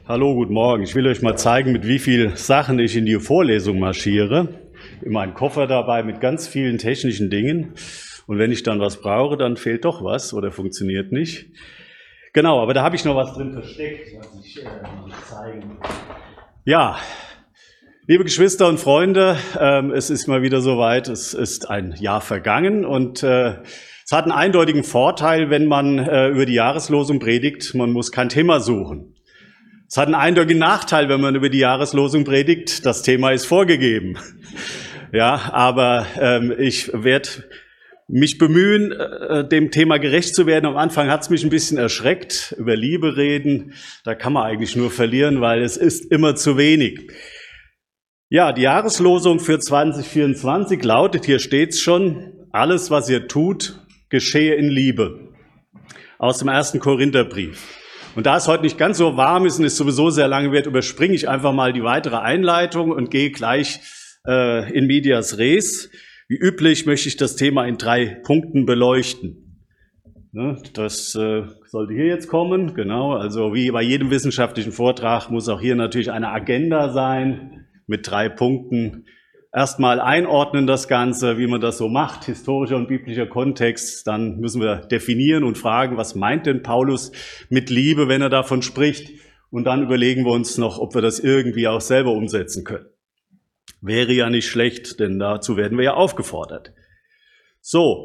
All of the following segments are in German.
Hallo, guten Morgen. Ich will euch mal zeigen, mit wie vielen Sachen ich in die Vorlesung marschiere. Immer einen Koffer dabei mit ganz vielen technischen Dingen. Und wenn ich dann was brauche, dann fehlt doch was oder funktioniert nicht. Genau, aber da habe ich noch was drin versteckt, was ich mal zeigen. Ja, liebe Geschwister und Freunde, es ist mal wieder soweit. Es ist ein Jahr vergangen und es hat einen eindeutigen Vorteil, wenn man über die Jahreslosung predigt. Man muss kein Thema suchen. Es hat einen eindeutigen Nachteil, wenn man über die Jahreslosung predigt. Das Thema ist vorgegeben. Ja, aber ich werde mich bemühen, dem Thema gerecht zu werden. Am Anfang hat es mich ein bisschen erschreckt. Über Liebe reden, da kann man eigentlich nur verlieren, weil es ist immer zu wenig. Ja, die Jahreslosung für 2024 lautet, hier steht's schon, alles, was ihr tut, geschehe in Liebe. Aus dem 1. Korintherbrief. Und da es heute nicht ganz so warm ist und es sowieso sehr lange wird, überspringe ich einfach mal die weitere Einleitung und gehe gleich in medias res. Wie üblich möchte ich das Thema in 3 Punkten beleuchten. Das sollte hier jetzt kommen, genau. Also wie bei jedem wissenschaftlichen Vortrag muss auch hier natürlich eine Agenda sein mit 3 Punkten. Erstmal einordnen das Ganze, wie man das so macht, historischer und biblischer Kontext. Dann müssen wir definieren und fragen, was meint denn Paulus mit Liebe, wenn er davon spricht? Und dann überlegen wir uns noch, ob wir das irgendwie auch selber umsetzen können. Wäre ja nicht schlecht, denn dazu werden wir ja aufgefordert. So,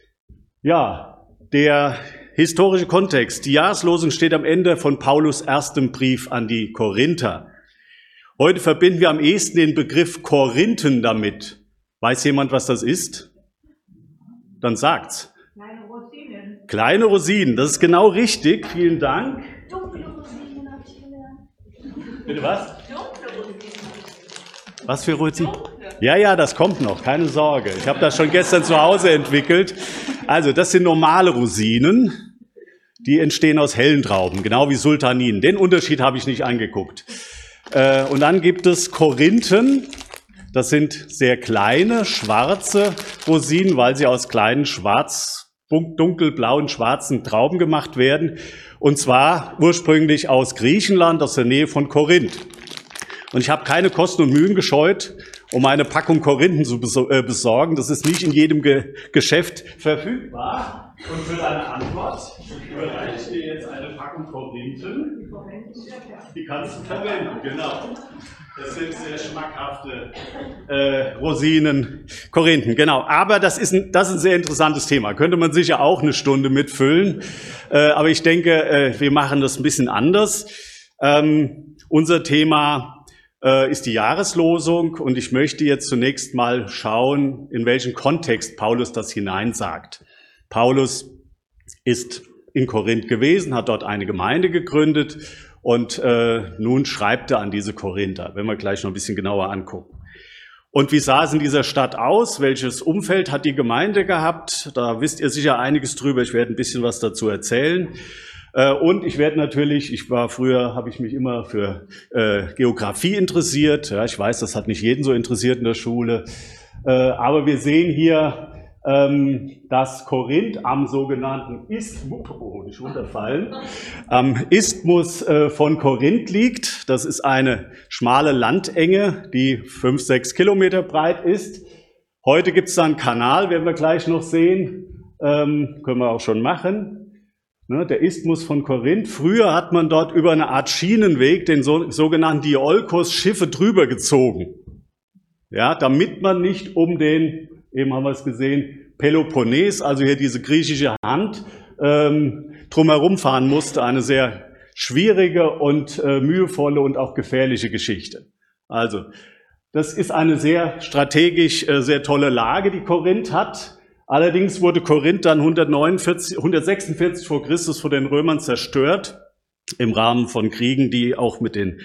ja, der historische Kontext. Die Jahreslosung steht am Ende von Paulus' erstem Brief an die Korinther. Heute verbinden wir am ehesten den Begriff Korinthen damit. Weiß jemand, was das ist? Dann sagt's. Kleine Rosinen. Kleine Rosinen, das ist genau richtig. Vielen Dank. Dunkle Rosinen habe ich gelernt. Bitte was? Dunkle Rosinen. Was für Rosinen? Ja, das kommt noch, keine Sorge. Ich habe das schon gestern zu Hause entwickelt. Also, das sind normale Rosinen. Die entstehen aus hellen Trauben, genau wie Sultaninen. Den Unterschied habe ich nicht angeguckt. Und dann gibt es Korinthen. Das sind sehr kleine, schwarze Rosinen, weil sie aus kleinen, dunkelblauen, schwarzen Trauben gemacht werden. Und zwar ursprünglich aus Griechenland, aus der Nähe von Korinth. Und ich habe keine Kosten und Mühen gescheut, um eine Packung Korinthen zu besorgen. Das ist nicht in jedem Geschäft verfügbar. Und für deine Antwort überreiche ich dir jetzt eine Packung Korinthen. Die kannst du verwenden, genau. Das sind sehr schmackhafte Rosinen, Korinthen, genau. Aber das ist ein sehr interessantes Thema. Könnte man sicher auch eine Stunde mitfüllen. Aber ich denke, wir machen das ein bisschen anders. Unser Thema ist die Jahreslosung und ich möchte jetzt zunächst mal schauen, in welchen Kontext Paulus das hineinsagt. Paulus ist in Korinth gewesen, hat dort eine Gemeinde gegründet und nun schreibt er an diese Korinther, wenn wir gleich noch ein bisschen genauer angucken. Und wie sah es in dieser Stadt aus? Welches Umfeld hat die Gemeinde gehabt? Da wisst ihr sicher einiges drüber. Ich werde ein bisschen was dazu erzählen. Und ich werde natürlich, habe ich mich immer für Geografie interessiert. Ja, ich weiß, das hat nicht jeden so interessiert in der Schule. Aber wir sehen hier, dass Korinth am sogenannten Isthmus von Korinth liegt. Das ist eine schmale Landenge, die 5-6 Kilometer breit ist. Heute gibt es da einen Kanal, werden wir gleich noch sehen. Können wir auch schon machen. Der Isthmus von Korinth. Früher hat man dort über eine Art Schienenweg, den sogenannten Diolkos, Schiffe drüber gezogen. Ja, damit man nicht um den, eben haben wir es gesehen, Peloponnes, also hier diese griechische Hand, drumherum fahren musste. Eine sehr schwierige und mühevolle und auch gefährliche Geschichte. Also, das ist eine sehr strategisch sehr tolle Lage, die Korinth hat. Allerdings wurde Korinth dann 146 vor Christus von den Römern zerstört, im Rahmen von Kriegen, die auch mit den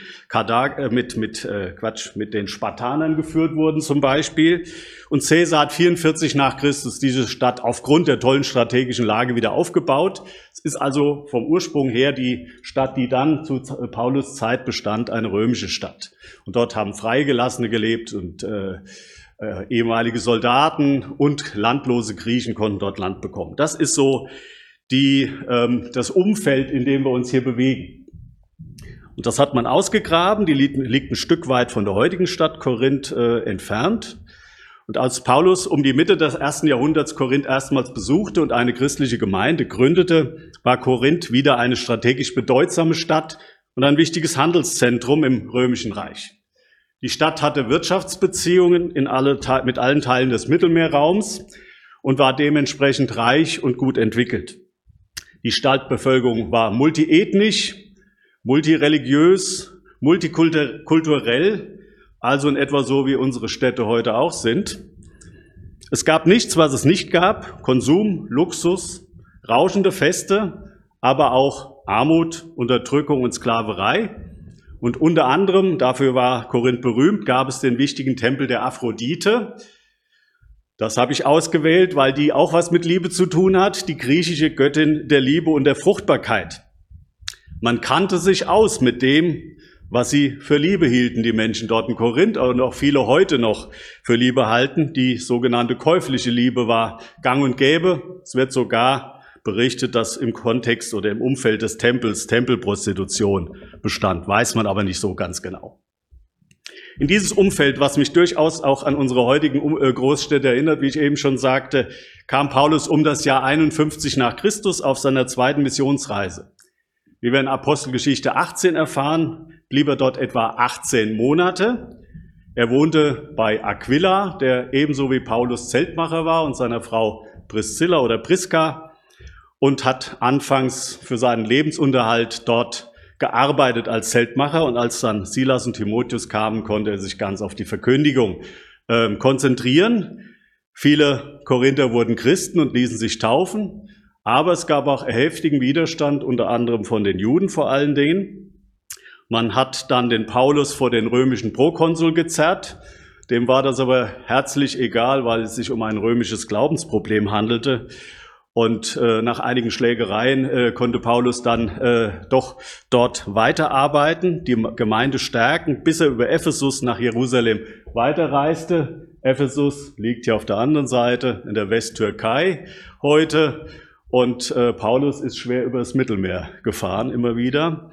Spartanern geführt wurden zum Beispiel. Und Caesar hat 44 nach Christus diese Stadt aufgrund der tollen strategischen Lage wieder aufgebaut. Es ist also vom Ursprung her die Stadt, die dann zu Paulus' Zeit bestand, eine römische Stadt. Und dort haben Freigelassene gelebt und ehemalige Soldaten und landlose Griechen konnten dort Land bekommen. Das ist so das Umfeld, in dem wir uns hier bewegen. Und das hat man ausgegraben, die liegt ein Stück weit von der heutigen Stadt Korinth entfernt. Und als Paulus um die Mitte des 1. Jahrhunderts Korinth erstmals besuchte und eine christliche Gemeinde gründete, war Korinth wieder eine strategisch bedeutsame Stadt und ein wichtiges Handelszentrum im Römischen Reich. Die Stadt hatte Wirtschaftsbeziehungen mit allen Teilen des Mittelmeerraums und war dementsprechend reich und gut entwickelt. Die Stadtbevölkerung war multiethnisch, multireligiös, multikulturell, also in etwa so, wie unsere Städte heute auch sind. Es gab nichts, was es nicht gab: Konsum, Luxus, rauschende Feste, aber auch Armut, Unterdrückung und Sklaverei. Und unter anderem, dafür war Korinth berühmt, gab es den wichtigen Tempel der Aphrodite. Das habe ich ausgewählt, weil die auch was mit Liebe zu tun hat, die griechische Göttin der Liebe und der Fruchtbarkeit. Man kannte sich aus mit dem, was sie für Liebe hielten, die Menschen dort in Korinth, und auch viele heute noch für Liebe halten. Die sogenannte käufliche Liebe war gang und gäbe. Es wird sogar berichtet, dass im Kontext oder im Umfeld des Tempels Tempelprostitution bestand, weiß man aber nicht so ganz genau. In dieses Umfeld, was mich durchaus auch an unsere heutigen Großstädte erinnert, wie ich eben schon sagte, kam Paulus um das Jahr 51 nach Christus auf seiner zweiten Missionsreise. Wie wir in Apostelgeschichte 18 erfahren, blieb er dort etwa 18 Monate. Er wohnte bei Aquila, der ebenso wie Paulus Zeltmacher war, und seiner Frau Priscilla oder Priska, und hat anfangs für seinen Lebensunterhalt dort gearbeitet als Zeltmacher. Und als dann Silas und Timotheus kamen, konnte er sich ganz auf die Verkündigung konzentrieren. Viele Korinther wurden Christen und ließen sich taufen. Aber es gab auch heftigen Widerstand, unter anderem von den Juden vor allen Dingen. Man hat dann den Paulus vor den römischen Prokonsul gezerrt. Dem war das aber herzlich egal, weil es sich um ein römisches Glaubensproblem handelte. Und nach einigen Schlägereien konnte Paulus dann doch dort weiterarbeiten, die Gemeinde stärken, bis er über Ephesus nach Jerusalem weiterreiste. Ephesus liegt hier auf der anderen Seite in der Westtürkei heute. Und Paulus ist schwer über das Mittelmeer gefahren, immer wieder.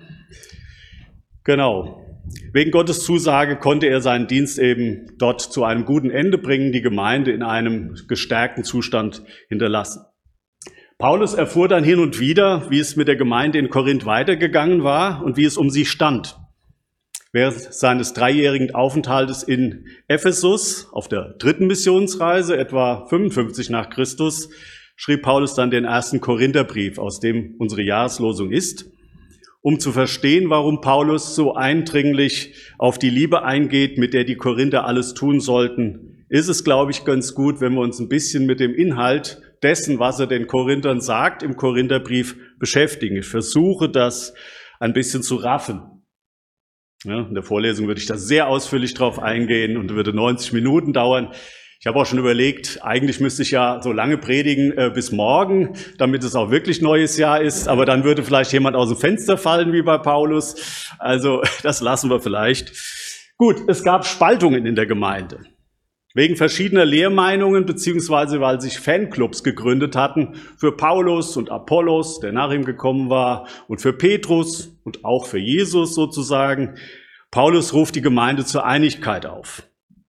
Genau. Wegen Gottes Zusage konnte er seinen Dienst eben dort zu einem guten Ende bringen, die Gemeinde in einem gestärkten Zustand hinterlassen. Paulus erfuhr dann hin und wieder, wie es mit der Gemeinde in Korinth weitergegangen war und wie es um sie stand. Während seines 3-jährigen Aufenthaltes in Ephesus auf der 3. Missionsreise, etwa 55 nach Christus, schrieb Paulus dann den 1. Korintherbrief, aus dem unsere Jahreslosung ist. Um zu verstehen, warum Paulus so eindringlich auf die Liebe eingeht, mit der die Korinther alles tun sollten, ist es, glaube ich, ganz gut, wenn wir uns ein bisschen mit dem Inhalt dessen, was er den Korinthern sagt, im Korintherbrief beschäftigen. Ich versuche, das ein bisschen zu raffen. Ja, in der Vorlesung würde ich da sehr ausführlich drauf eingehen und würde 90 Minuten dauern. Ich habe auch schon überlegt, eigentlich müsste ich ja so lange predigen bis morgen, damit es auch wirklich neues Jahr ist. Aber dann würde vielleicht jemand aus dem Fenster fallen, wie bei Paulus. Also das lassen wir vielleicht. Gut, es gab Spaltungen in der Gemeinde. Wegen verschiedener Lehrmeinungen, beziehungsweise weil sich Fanclubs gegründet hatten für Paulus und Apollos, der nach ihm gekommen war, und für Petrus und auch für Jesus sozusagen. Paulus ruft die Gemeinde zur Einigkeit auf.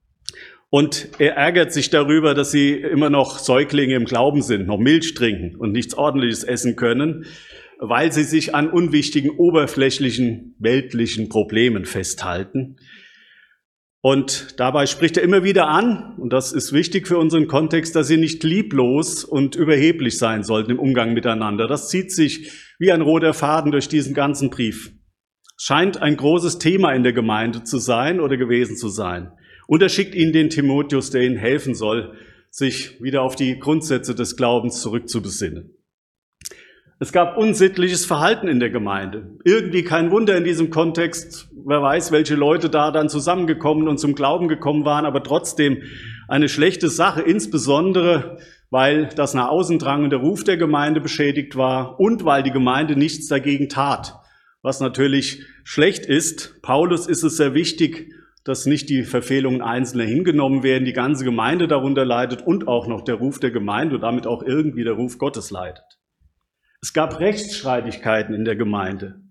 Und er ärgert sich darüber, dass sie immer noch Säuglinge im Glauben sind, noch Milch trinken und nichts Ordentliches essen können, weil sie sich an unwichtigen, oberflächlichen, weltlichen Problemen festhalten. Und dabei spricht er immer wieder an, und das ist wichtig für unseren Kontext, dass sie nicht lieblos und überheblich sein sollten im Umgang miteinander. Das zieht sich wie ein roter Faden durch diesen ganzen Brief. Es scheint ein großes Thema in der Gemeinde zu sein oder gewesen zu sein. Und er schickt ihnen den Timotheus, der ihnen helfen soll, sich wieder auf die Grundsätze des Glaubens zurückzubesinnen. Es gab unsittliches Verhalten in der Gemeinde. Irgendwie kein Wunder in diesem Kontext. Wer weiß, welche Leute da dann zusammengekommen und zum Glauben gekommen waren, aber trotzdem eine schlechte Sache, insbesondere weil das nach außen drang und der Ruf der Gemeinde beschädigt war und weil die Gemeinde nichts dagegen tat, was natürlich schlecht ist. Paulus ist es sehr wichtig, dass nicht die Verfehlungen Einzelner hingenommen werden, die ganze Gemeinde darunter leidet und auch noch der Ruf der Gemeinde und damit auch irgendwie der Ruf Gottes leidet. Es gab Rechtsstreitigkeiten in der Gemeinde.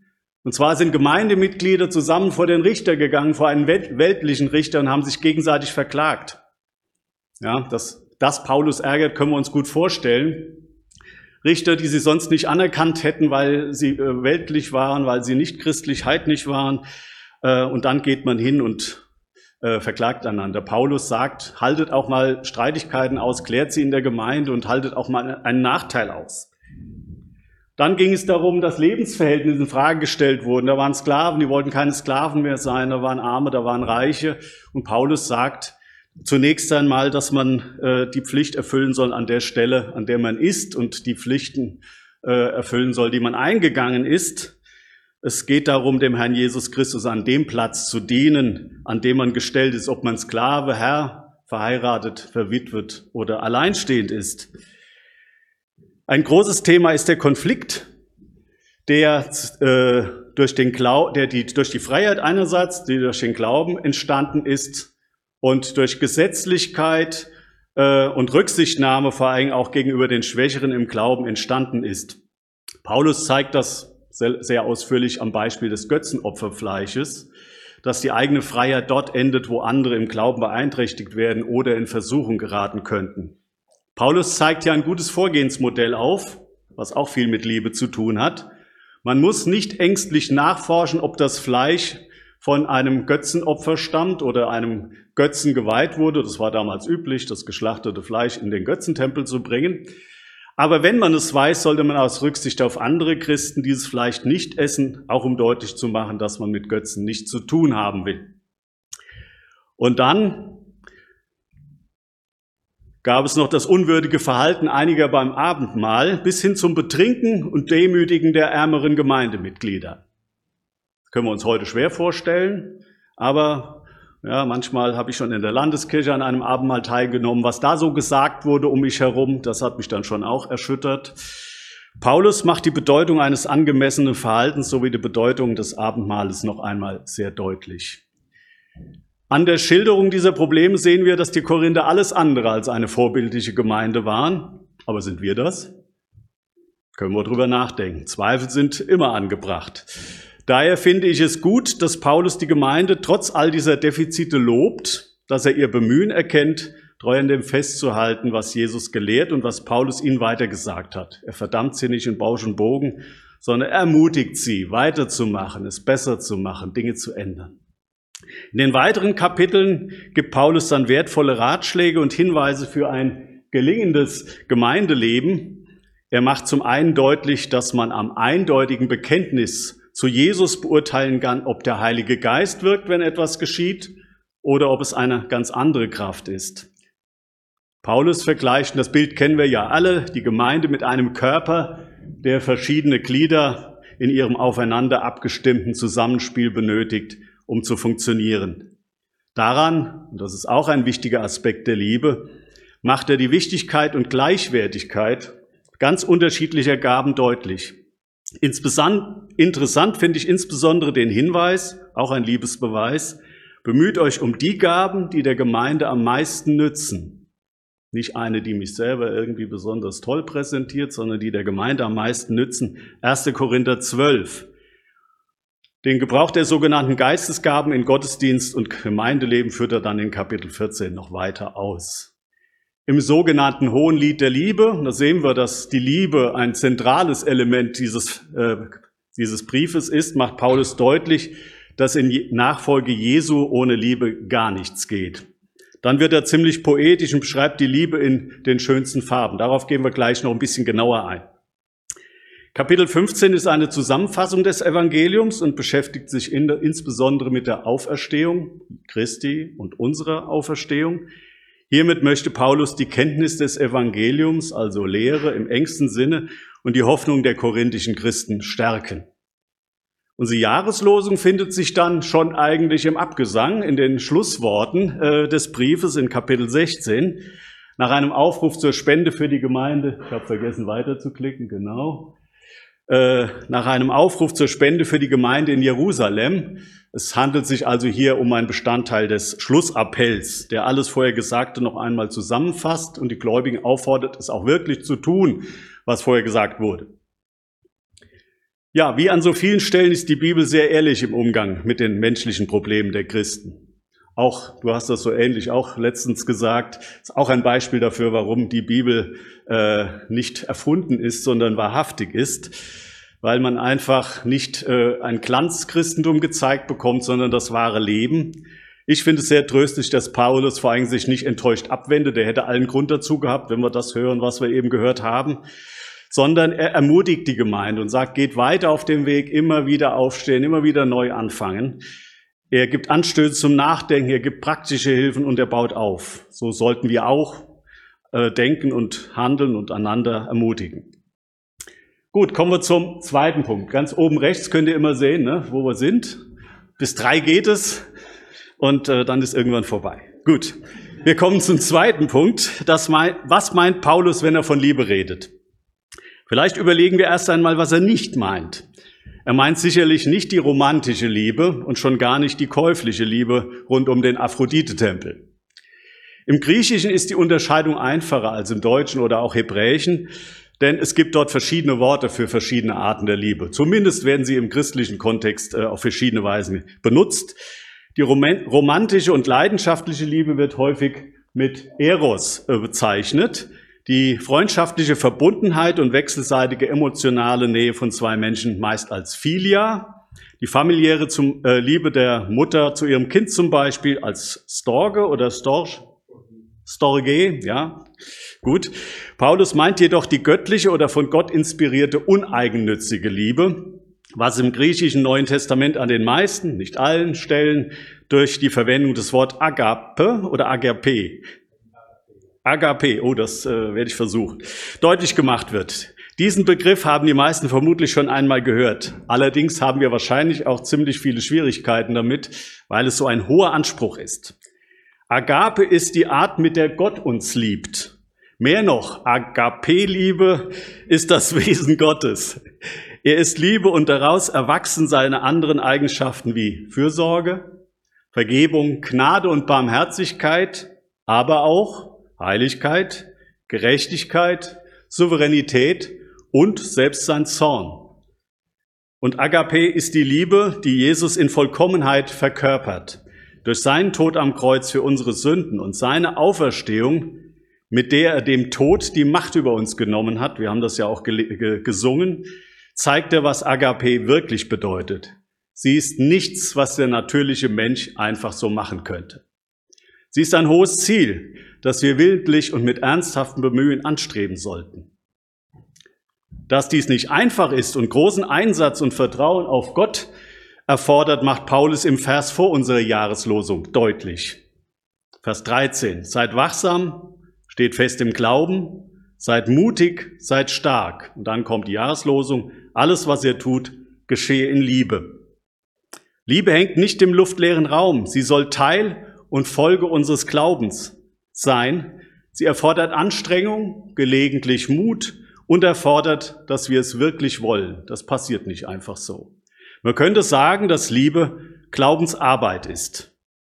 Und zwar sind Gemeindemitglieder zusammen vor den Richter gegangen, vor einen weltlichen Richter und haben sich gegenseitig verklagt. Ja, dass Paulus ärgert, können wir uns gut vorstellen. Richter, die sie sonst nicht anerkannt hätten, weil sie weltlich waren, weil sie nicht christlich, heidnisch waren. Und dann geht man hin und verklagt einander. Paulus sagt, haltet auch mal Streitigkeiten aus, klärt sie in der Gemeinde und haltet auch mal einen Nachteil aus. Dann ging es darum, dass Lebensverhältnisse in Frage gestellt wurden. Da waren Sklaven, die wollten keine Sklaven mehr sein, da waren Arme, da waren Reiche. Und Paulus sagt zunächst einmal, dass man die Pflicht erfüllen soll an der Stelle, an der man ist und die Pflichten erfüllen soll, die man eingegangen ist. Es geht darum, dem Herrn Jesus Christus an dem Platz zu dienen, an dem man gestellt ist, ob man Sklave, Herr, verheiratet, verwitwet oder alleinstehend ist. Ein großes Thema ist der Konflikt, der durch die Freiheit einerseits, die durch den Glauben entstanden ist und durch Gesetzlichkeit und Rücksichtnahme vor allem auch gegenüber den Schwächeren im Glauben entstanden ist. Paulus zeigt das sehr ausführlich am Beispiel des Götzenopferfleisches, dass die eigene Freiheit dort endet, wo andere im Glauben beeinträchtigt werden oder in Versuchung geraten könnten. Paulus zeigt ja ein gutes Vorgehensmodell auf, was auch viel mit Liebe zu tun hat. Man muss nicht ängstlich nachforschen, ob das Fleisch von einem Götzenopfer stammt oder einem Götzen geweiht wurde. Das war damals üblich, das geschlachtete Fleisch in den Götzentempel zu bringen. Aber wenn man es weiß, sollte man aus Rücksicht auf andere Christen dieses Fleisch nicht essen, auch um deutlich zu machen, dass man mit Götzen nichts zu tun haben will. Und dann gab es noch das unwürdige Verhalten einiger beim Abendmahl bis hin zum Betrinken und Demütigen der ärmeren Gemeindemitglieder. Das können wir uns heute schwer vorstellen, aber ja, manchmal habe ich schon in der Landeskirche an einem Abendmahl teilgenommen. Was da so gesagt wurde um mich herum, das hat mich dann schon auch erschüttert. Paulus macht die Bedeutung eines angemessenen Verhaltens sowie die Bedeutung des Abendmahles noch einmal sehr deutlich. An der Schilderung dieser Probleme sehen wir, dass die Korinther alles andere als eine vorbildliche Gemeinde waren. Aber sind wir das? Können wir drüber nachdenken. Zweifel sind immer angebracht. Daher finde ich es gut, dass Paulus die Gemeinde trotz all dieser Defizite lobt, dass er ihr Bemühen erkennt, treu an dem festzuhalten, was Jesus gelehrt und was Paulus ihnen weitergesagt hat. Er verdammt sie nicht in Bausch und Bogen, sondern ermutigt sie, weiterzumachen, es besser zu machen, Dinge zu ändern. In den weiteren Kapiteln gibt Paulus dann wertvolle Ratschläge und Hinweise für ein gelingendes Gemeindeleben. Er macht zum einen deutlich, dass man am eindeutigen Bekenntnis zu Jesus beurteilen kann, ob der Heilige Geist wirkt, wenn etwas geschieht, oder ob es eine ganz andere Kraft ist. Paulus vergleicht, und das Bild kennen wir ja alle, die Gemeinde mit einem Körper, der verschiedene Glieder in ihrem aufeinander abgestimmten Zusammenspiel benötigt, um zu funktionieren. Daran, und das ist auch ein wichtiger Aspekt der Liebe, macht er die Wichtigkeit und Gleichwertigkeit ganz unterschiedlicher Gaben deutlich. Interessant finde ich insbesondere den Hinweis, auch ein Liebesbeweis, bemüht euch um die Gaben, die der Gemeinde am meisten nützen. Nicht eine, die mich selber irgendwie besonders toll präsentiert, sondern die der Gemeinde am meisten nützen. 1. Korinther 12. Den Gebrauch der sogenannten Geistesgaben in Gottesdienst und Gemeindeleben führt er dann in Kapitel 14 noch weiter aus. Im sogenannten Hohenlied der Liebe, da sehen wir, dass die Liebe ein zentrales Element dieses Briefes ist, macht Paulus deutlich, dass in Nachfolge Jesu ohne Liebe gar nichts geht. Dann wird er ziemlich poetisch und beschreibt die Liebe in den schönsten Farben. Darauf gehen wir gleich noch ein bisschen genauer ein. Kapitel 15 ist eine Zusammenfassung des Evangeliums und beschäftigt sich insbesondere mit der Auferstehung Christi und unserer Auferstehung. Hiermit möchte Paulus die Kenntnis des Evangeliums, also Lehre im engsten Sinne, und die Hoffnung der korinthischen Christen stärken. Unsere Jahreslosung findet sich dann schon eigentlich im Abgesang, in den Schlussworten des Briefes in Kapitel 16. Nach einem Aufruf zur Spende für die Gemeinde, ich habe vergessen weiterzuklicken, genau, nach einem Aufruf zur Spende für die Gemeinde in Jerusalem. Es handelt sich also hier um einen Bestandteil des Schlussappells, der alles vorher Gesagte noch einmal zusammenfasst und die Gläubigen auffordert, es auch wirklich zu tun, was vorher gesagt wurde. Ja, wie an so vielen Stellen ist die Bibel sehr ehrlich im Umgang mit den menschlichen Problemen der Christen. Auch, du hast das so ähnlich auch letztens gesagt, ist auch ein Beispiel dafür, warum die Bibel nicht erfunden ist, sondern wahrhaftig ist, weil man einfach nicht ein Glanzchristentum gezeigt bekommt, sondern das wahre Leben. Ich finde es sehr tröstlich, dass Paulus vor allem sich nicht enttäuscht abwendet. Er hätte allen Grund dazu gehabt, wenn wir das hören, was wir eben gehört haben, sondern er ermutigt die Gemeinde und sagt, geht weiter auf dem Weg, immer wieder aufstehen, immer wieder neu anfangen. Er gibt Anstöße zum Nachdenken, er gibt praktische Hilfen und er baut auf. So sollten wir auch denken und handeln und einander ermutigen. Gut, kommen wir zum zweiten Punkt. Ganz oben rechts könnt ihr immer sehen, ne, wo wir sind. Bis 3 geht es und dann ist irgendwann vorbei. Gut, wir kommen zum zweiten Punkt. Was meint Paulus, wenn er von Liebe redet? Vielleicht überlegen wir erst einmal, was er nicht meint. Er meint sicherlich nicht die romantische Liebe und schon gar nicht die käufliche Liebe rund um den Aphrodite-Tempel. Im Griechischen ist die Unterscheidung einfacher als im Deutschen oder auch Hebräischen, denn es gibt dort verschiedene Worte für verschiedene Arten der Liebe. Zumindest werden sie im christlichen Kontext auf verschiedene Weisen benutzt. Die romantische und leidenschaftliche Liebe wird häufig mit Eros bezeichnet. Die freundschaftliche Verbundenheit und wechselseitige emotionale Nähe von zwei Menschen meist als Philia. Die familiäre Liebe der Mutter zu ihrem Kind zum Beispiel als Storge oder Storge, ja, gut. Paulus meint jedoch die göttliche oder von Gott inspirierte uneigennützige Liebe, was im griechischen Neuen Testament an den meisten, nicht allen Stellen durch die Verwendung des Wort Agape oder Agape, oh, das werde ich versuchen, deutlich gemacht wird. Diesen Begriff haben die meisten vermutlich schon einmal gehört. Allerdings haben wir wahrscheinlich auch ziemlich viele Schwierigkeiten damit, weil es so ein hoher Anspruch ist. Agape ist die Art, mit der Gott uns liebt. Mehr noch, Agape-Liebe ist das Wesen Gottes. Er ist Liebe und daraus erwachsen seine anderen Eigenschaften wie Fürsorge, Vergebung, Gnade und Barmherzigkeit, aber auch Heiligkeit, Gerechtigkeit, Souveränität und selbst sein Zorn. Und Agape ist die Liebe, die Jesus in Vollkommenheit verkörpert. Durch seinen Tod am Kreuz für unsere Sünden und seine Auferstehung, mit der er dem Tod die Macht über uns genommen hat, wir haben das ja auch gesungen, zeigt er, was Agape wirklich bedeutet. Sie ist nichts, was der natürliche Mensch einfach so machen könnte. Sie ist ein hohes Ziel, das wir willentlich und mit ernsthaftem Bemühen anstreben sollten. Dass dies nicht einfach ist und großen Einsatz und Vertrauen auf Gott erfordert, macht Paulus im Vers vor unserer Jahreslosung deutlich. Vers 13. Seid wachsam, steht fest im Glauben, seid mutig, seid stark. Und dann kommt die Jahreslosung. Alles, was ihr tut, geschehe in Liebe. Liebe hängt nicht im luftleeren Raum. Sie soll Teil und Folge unseres Glaubens sein. Sie erfordert Anstrengung, gelegentlich Mut und erfordert, dass wir es wirklich wollen. Das passiert nicht einfach so. Man könnte sagen, dass Liebe Glaubensarbeit ist.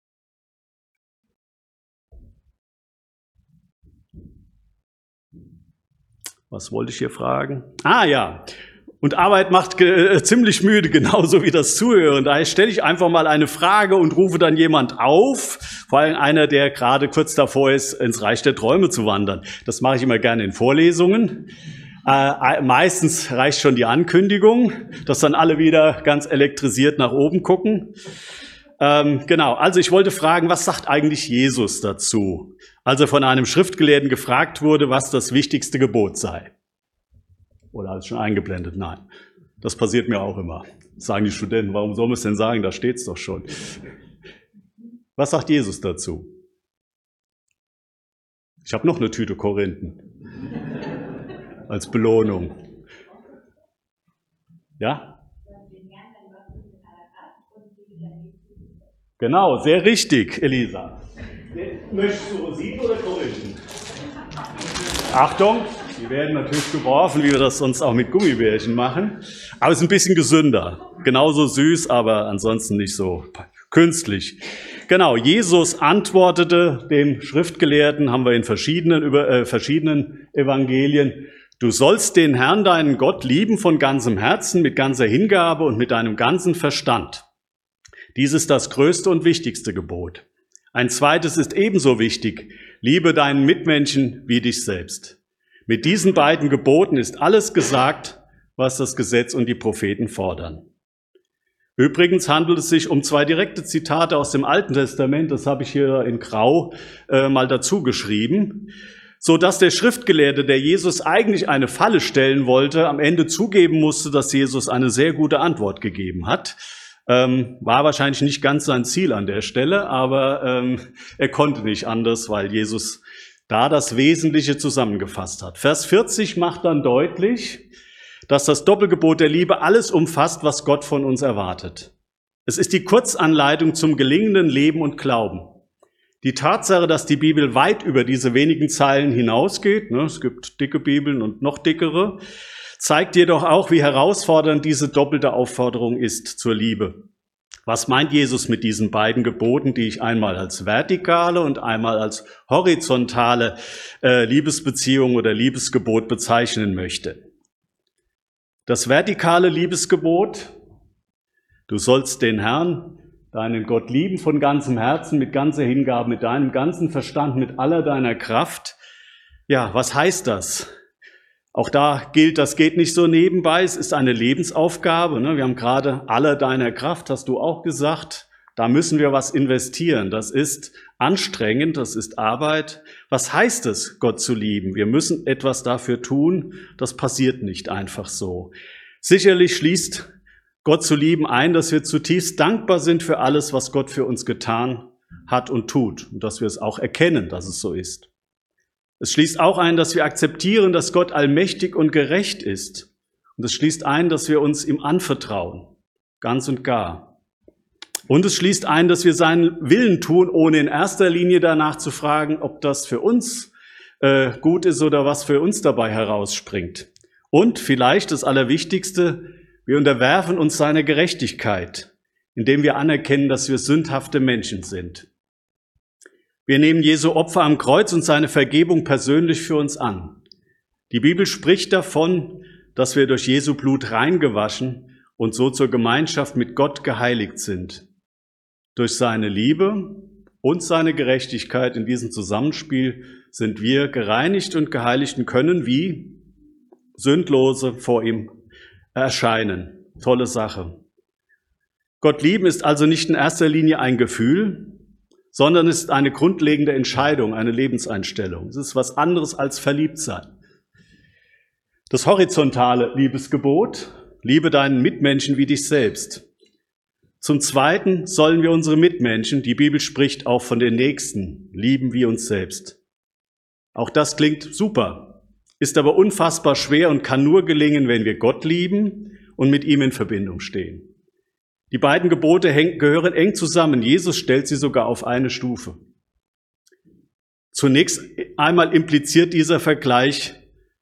Was wollte ich hier fragen? Ah ja, und Arbeit macht ziemlich müde, genauso wie das Zuhören. Daher stelle ich einfach mal eine Frage und rufe dann jemand auf, vor allem einer, der gerade kurz davor ist, ins Reich der Träume zu wandern. Das mache ich immer gerne in Vorlesungen. Meistens reicht schon die Ankündigung, dass dann alle wieder ganz elektrisiert nach oben gucken. Genau, also ich wollte fragen, was sagt eigentlich Jesus dazu, als er von einem Schriftgelehrten gefragt wurde, was das wichtigste Gebot sei? Oder hat es schon eingeblendet? Nein, das passiert mir auch immer. Sagen die Studenten, warum soll man es denn sagen, da steht es doch schon. Was sagt Jesus dazu? Ich habe noch eine Tüte Korinthen als Belohnung. Ja? Genau, sehr richtig, Elisa. Möchtest du Rosinen oder Korinthen? Achtung, die werden natürlich geworfen, wie wir das sonst auch mit Gummibärchen machen. Aber es ist ein bisschen gesünder. Genauso süß, aber ansonsten nicht so künstlich. Genau, Jesus antwortete dem Schriftgelehrten, haben wir in verschiedenen Evangelien, Du sollst den Herrn, deinen Gott, lieben von ganzem Herzen, mit ganzer Hingabe und mit deinem ganzen Verstand. Dies ist das größte und wichtigste Gebot. Ein zweites ist ebenso wichtig. Liebe deinen Mitmenschen wie dich selbst. Mit diesen beiden Geboten ist alles gesagt, was das Gesetz und die Propheten fordern. Übrigens handelt es sich um zwei direkte Zitate aus dem Alten Testament, das habe ich hier in Grau mal dazu geschrieben, so dass der Schriftgelehrte, der Jesus eigentlich eine Falle stellen wollte, am Ende zugeben musste, dass Jesus eine sehr gute Antwort gegeben hat. War wahrscheinlich nicht ganz sein Ziel an der Stelle, aber er konnte nicht anders, weil Jesus da das Wesentliche zusammengefasst hat. Vers 40 macht dann deutlich, dass das Doppelgebot der Liebe alles umfasst, was Gott von uns erwartet. Es ist die Kurzanleitung zum gelingenden Leben und Glauben. Die Tatsache, dass die Bibel weit über diese wenigen Zeilen hinausgeht, es gibt dicke Bibeln und noch dickere, zeigt jedoch auch, wie herausfordernd diese doppelte Aufforderung ist zur Liebe. Was meint Jesus mit diesen beiden Geboten, die ich einmal als vertikale und einmal als horizontale Liebesbeziehung oder Liebesgebot bezeichnen möchte? Das vertikale Liebesgebot, du sollst den Herrn, deinen Gott lieben von ganzem Herzen, mit ganzer Hingabe, mit deinem ganzen Verstand, mit aller deiner Kraft. Ja, was heißt das? Auch da gilt, das geht nicht so nebenbei, es ist eine Lebensaufgabe. Wir haben gerade aller deiner Kraft, hast du auch gesagt, da müssen wir was investieren. Das ist anstrengend, das ist Arbeit. Was heißt es, Gott zu lieben? Wir müssen etwas dafür tun, das passiert nicht einfach so. Sicherlich schließt Gott zu lieben ein, dass wir zutiefst dankbar sind für alles, was Gott für uns getan hat und tut und dass wir es auch erkennen, dass es so ist. Es schließt auch ein, dass wir akzeptieren, dass Gott allmächtig und gerecht ist. Und es schließt ein, dass wir uns ihm anvertrauen, ganz und gar. Und es schließt ein, dass wir seinen Willen tun, ohne in erster Linie danach zu fragen, ob das für uns gut ist oder was für uns dabei herausspringt. Und vielleicht das Allerwichtigste, wir unterwerfen uns seiner Gerechtigkeit, indem wir anerkennen, dass wir sündhafte Menschen sind. Wir nehmen Jesu Opfer am Kreuz und seine Vergebung persönlich für uns an. Die Bibel spricht davon, dass wir durch Jesu Blut reingewaschen und so zur Gemeinschaft mit Gott geheiligt sind. Durch seine Liebe und seine Gerechtigkeit in diesem Zusammenspiel sind wir gereinigt und geheiligt und können wie Sündlose vor ihm erscheinen. Tolle Sache. Gott lieben ist also nicht in erster Linie ein Gefühl, sondern ist eine grundlegende Entscheidung, eine Lebenseinstellung. Es ist was anderes als verliebt sein. Das horizontale Liebesgebot, liebe deinen Mitmenschen wie dich selbst. Zum Zweiten sollen wir unsere Mitmenschen, die Bibel spricht auch von den Nächsten, lieben wie uns selbst. Auch das klingt super, ist aber unfassbar schwer und kann nur gelingen, wenn wir Gott lieben und mit ihm in Verbindung stehen. Die beiden Gebote gehören eng zusammen. Jesus stellt sie sogar auf eine Stufe. Zunächst einmal impliziert dieser Vergleich,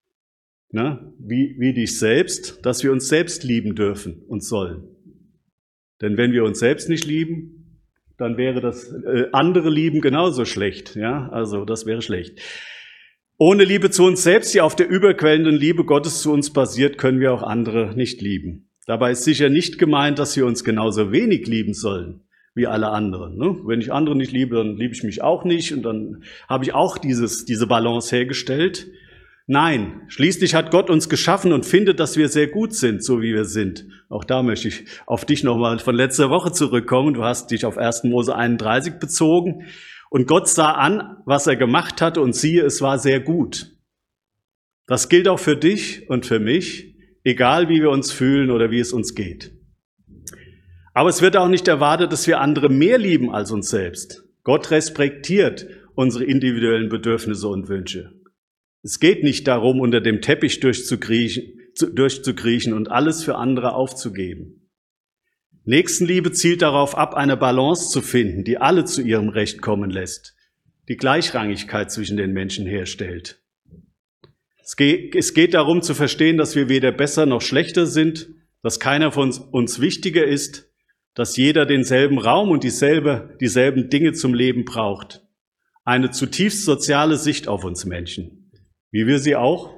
wie dich selbst, dass wir uns selbst lieben dürfen und sollen. Denn wenn wir uns selbst nicht lieben, dann wäre das andere Lieben genauso schlecht. Also das wäre schlecht. Ohne Liebe zu uns selbst, die auf der überquellenden Liebe Gottes zu uns basiert, können wir auch andere nicht lieben. Dabei ist sicher nicht gemeint, dass wir uns genauso wenig lieben sollen wie alle anderen. Wenn ich andere nicht liebe, dann liebe ich mich auch nicht und dann habe ich auch diese Balance hergestellt. Nein, schließlich hat Gott uns geschaffen und findet, dass wir sehr gut sind, so wie wir sind. Auch da möchte ich auf dich nochmal von letzter Woche zurückkommen. Du hast dich auf 1. Mose 31 bezogen. Und Gott sah an, was er gemacht hatte und siehe, es war sehr gut. Das gilt auch für dich und für mich, egal wie wir uns fühlen oder wie es uns geht. Aber es wird auch nicht erwartet, dass wir andere mehr lieben als uns selbst. Gott respektiert unsere individuellen Bedürfnisse und Wünsche. Es geht nicht darum, unter dem Teppich durchzukriechen und alles für andere aufzugeben. Nächstenliebe zielt darauf ab, eine Balance zu finden, die alle zu ihrem Recht kommen lässt, die Gleichrangigkeit zwischen den Menschen herstellt. Es geht darum zu verstehen, dass wir weder besser noch schlechter sind, dass keiner von uns wichtiger ist, dass jeder denselben Raum und dieselben Dinge zum Leben braucht. Eine zutiefst soziale Sicht auf uns Menschen, wie wir sie auch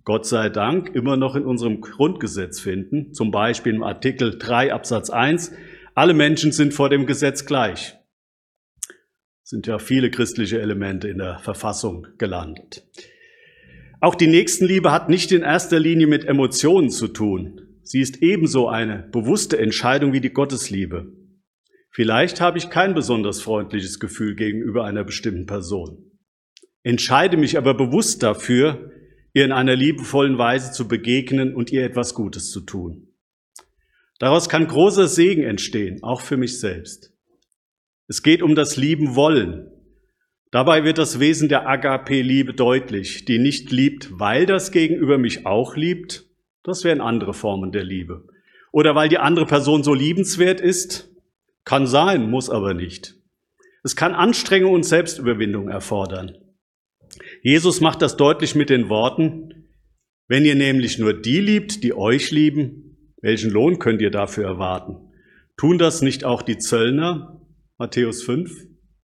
Gott sei Dank, immer noch in unserem Grundgesetz finden, zum Beispiel im Artikel 3 Absatz 1, alle Menschen sind vor dem Gesetz gleich. Sind ja viele christliche Elemente in der Verfassung gelandet. Auch die Nächstenliebe hat nicht in erster Linie mit Emotionen zu tun. Sie ist ebenso eine bewusste Entscheidung wie die Gottesliebe. Vielleicht habe ich kein besonders freundliches Gefühl gegenüber einer bestimmten Person. Entscheide mich aber bewusst dafür, ihr in einer liebevollen Weise zu begegnen und ihr etwas Gutes zu tun. Daraus kann großer Segen entstehen, auch für mich selbst. Es geht um das Lieben wollen. Dabei wird das Wesen der Agape-Liebe deutlich, die nicht liebt, weil das Gegenüber mich auch liebt. Das wären andere Formen der Liebe. Oder weil die andere Person so liebenswert ist. Kann sein, muss aber nicht. Es kann Anstrengung und Selbstüberwindung erfordern. Jesus macht das deutlich mit den Worten, wenn ihr nämlich nur die liebt, die euch lieben, welchen Lohn könnt ihr dafür erwarten? Tun das nicht auch die Zöllner? Matthäus 5.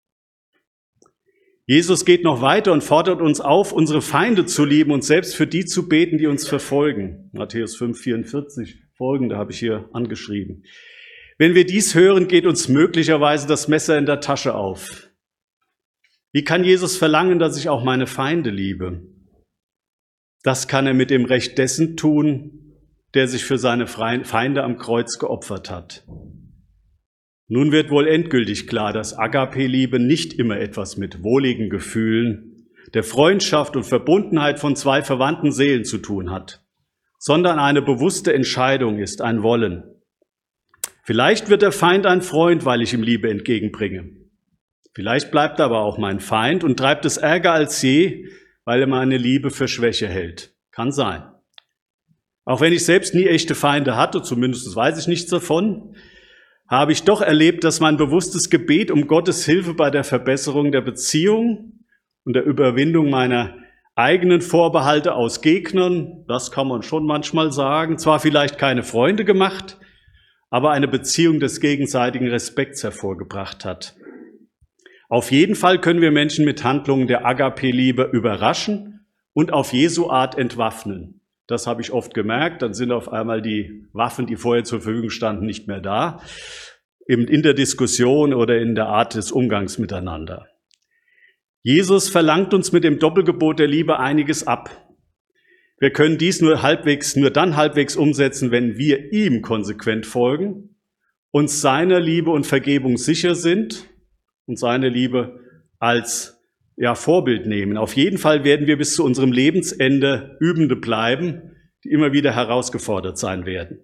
Jesus geht noch weiter und fordert uns auf, unsere Feinde zu lieben und selbst für die zu beten, die uns verfolgen. Matthäus 5, 44 folgende habe ich hier angeschrieben. Wenn wir dies hören, geht uns möglicherweise das Messer in der Tasche auf. Wie kann Jesus verlangen, dass ich auch meine Feinde liebe? Das kann er mit dem Recht dessen tun, der sich für seine Feinde am Kreuz geopfert hat. Nun wird wohl endgültig klar, dass Agape-Liebe nicht immer etwas mit wohligen Gefühlen, der Freundschaft und Verbundenheit von zwei verwandten Seelen zu tun hat, sondern eine bewusste Entscheidung ist, ein Wollen. Vielleicht wird der Feind ein Freund, weil ich ihm Liebe entgegenbringe. Vielleicht bleibt er aber auch mein Feind und treibt es Ärger als je, weil er meine Liebe für Schwäche hält. Kann sein. Auch wenn ich selbst nie echte Feinde hatte, zumindest weiß ich nichts davon, habe ich doch erlebt, dass mein bewusstes Gebet um Gottes Hilfe bei der Verbesserung der Beziehung und der Überwindung meiner eigenen Vorbehalte aus Gegnern, das kann man schon manchmal sagen, zwar vielleicht keine Freunde gemacht, aber eine Beziehung des gegenseitigen Respekts hervorgebracht hat. Auf jeden Fall können wir Menschen mit Handlungen der Agape-Liebe überraschen und auf Jesu Art entwaffnen. Das habe ich oft gemerkt, dann sind auf einmal die Waffen, die vorher zur Verfügung standen, nicht mehr da, eben in der Diskussion oder in der Art des Umgangs miteinander. Jesus verlangt uns mit dem Doppelgebot der Liebe einiges ab. Wir können dies nur dann halbwegs umsetzen, wenn wir ihm konsequent folgen, uns seiner Liebe und Vergebung sicher sind und seine Liebe als Vorbild nehmen. Auf jeden Fall werden wir bis zu unserem Lebensende Übende bleiben, die immer wieder herausgefordert sein werden.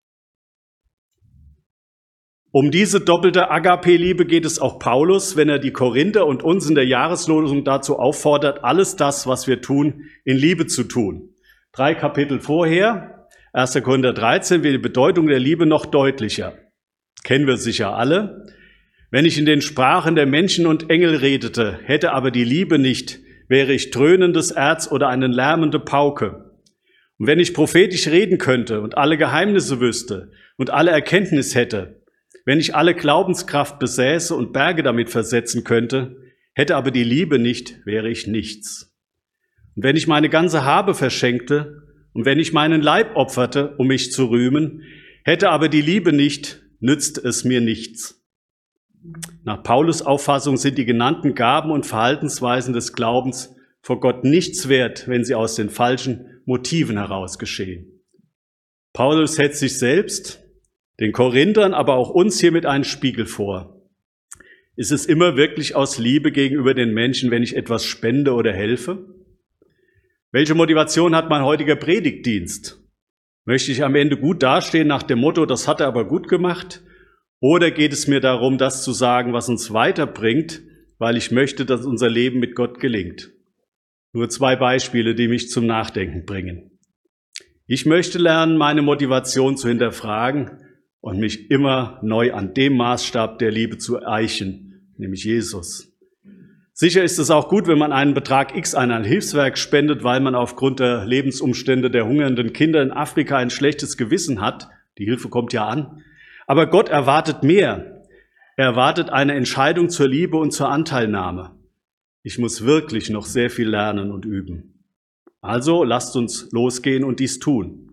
Um diese doppelte Agape-Liebe geht es auch Paulus, wenn er die Korinther und uns in der Jahreslosung dazu auffordert, alles das, was wir tun, in Liebe zu tun. 3 Kapitel vorher, 1. Korinther 13, wird die Bedeutung der Liebe noch deutlicher. Kennen wir sicher alle. Wenn ich in den Sprachen der Menschen und Engel redete, hätte aber die Liebe nicht, wäre ich dröhnendes Erz oder eine lärmende Pauke. Und wenn ich prophetisch reden könnte und alle Geheimnisse wüsste und alle Erkenntnis hätte, wenn ich alle Glaubenskraft besäße und Berge damit versetzen könnte, hätte aber die Liebe nicht, wäre ich nichts. Und wenn ich meine ganze Habe verschenkte und wenn ich meinen Leib opferte, um mich zu rühmen, hätte aber die Liebe nicht, nützte es mir nichts. Nach Paulus' Auffassung sind die genannten Gaben und Verhaltensweisen des Glaubens vor Gott nichts wert, wenn sie aus den falschen Motiven heraus geschehen. Paulus hält sich selbst, den Korinthern, aber auch uns hiermit einen Spiegel vor. Ist es immer wirklich aus Liebe gegenüber den Menschen, wenn ich etwas spende oder helfe? Welche Motivation hat mein heutiger Predigtdienst? Möchte ich am Ende gut dastehen nach dem Motto, das hat er aber gut gemacht? Oder geht es mir darum, das zu sagen, was uns weiterbringt, weil ich möchte, dass unser Leben mit Gott gelingt? Nur 2 Beispiele, die mich zum Nachdenken bringen. Ich möchte lernen, meine Motivation zu hinterfragen und mich immer neu an dem Maßstab der Liebe zu eichen, nämlich Jesus. Sicher ist es auch gut, wenn man einen Betrag X an ein Hilfswerk spendet, weil man aufgrund der Lebensumstände der hungernden Kinder in Afrika ein schlechtes Gewissen hat. Die Hilfe kommt ja an. Aber Gott erwartet mehr. Er erwartet eine Entscheidung zur Liebe und zur Anteilnahme. Ich muss wirklich noch sehr viel lernen und üben. Also lasst uns losgehen und dies tun.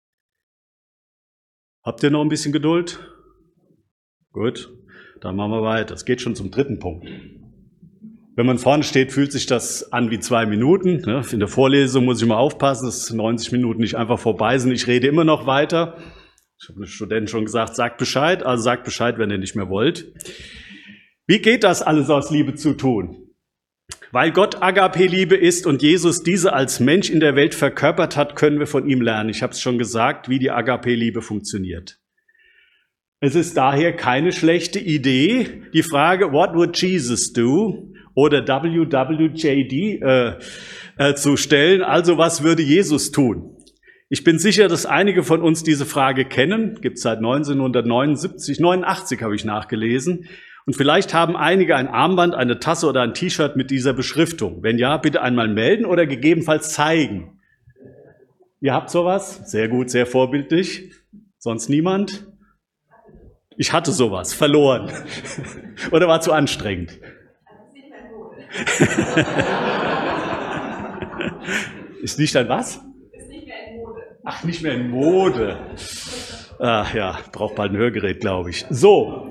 Habt ihr noch ein bisschen Geduld? Gut, dann machen wir weiter. Es geht schon zum dritten Punkt. Wenn man vorne steht, fühlt sich das an wie 2 Minuten. In der Vorlesung muss ich mal aufpassen, dass 90 Minuten nicht einfach vorbei sind. Ich rede immer noch weiter. Ich habe den Studenten schon gesagt, sagt Bescheid. Also sagt Bescheid, wenn ihr nicht mehr wollt. Wie geht das alles aus Liebe zu tun? Weil Gott Agape-Liebe ist und Jesus diese als Mensch in der Welt verkörpert hat, können wir von ihm lernen. Ich habe es schon gesagt, wie die Agape-Liebe funktioniert. Es ist daher keine schlechte Idee, die Frage, what would Jesus do? Oder WWJD zu stellen, also was würde Jesus tun? Ich bin sicher, dass einige von uns diese Frage kennen, gibt es seit 1989 habe ich nachgelesen. Und vielleicht haben einige ein Armband, eine Tasse oder ein T-Shirt mit dieser Beschriftung. Wenn ja, bitte einmal melden oder gegebenenfalls zeigen. Ihr habt sowas? Sehr gut, sehr vorbildlich. Sonst niemand? Ich hatte sowas, verloren. Oder war zu anstrengend? Ist nicht ein was? Ist nicht mehr in Mode. Ach, nicht mehr in Mode. Ach ja, braucht bald ein Hörgerät, glaube ich. So.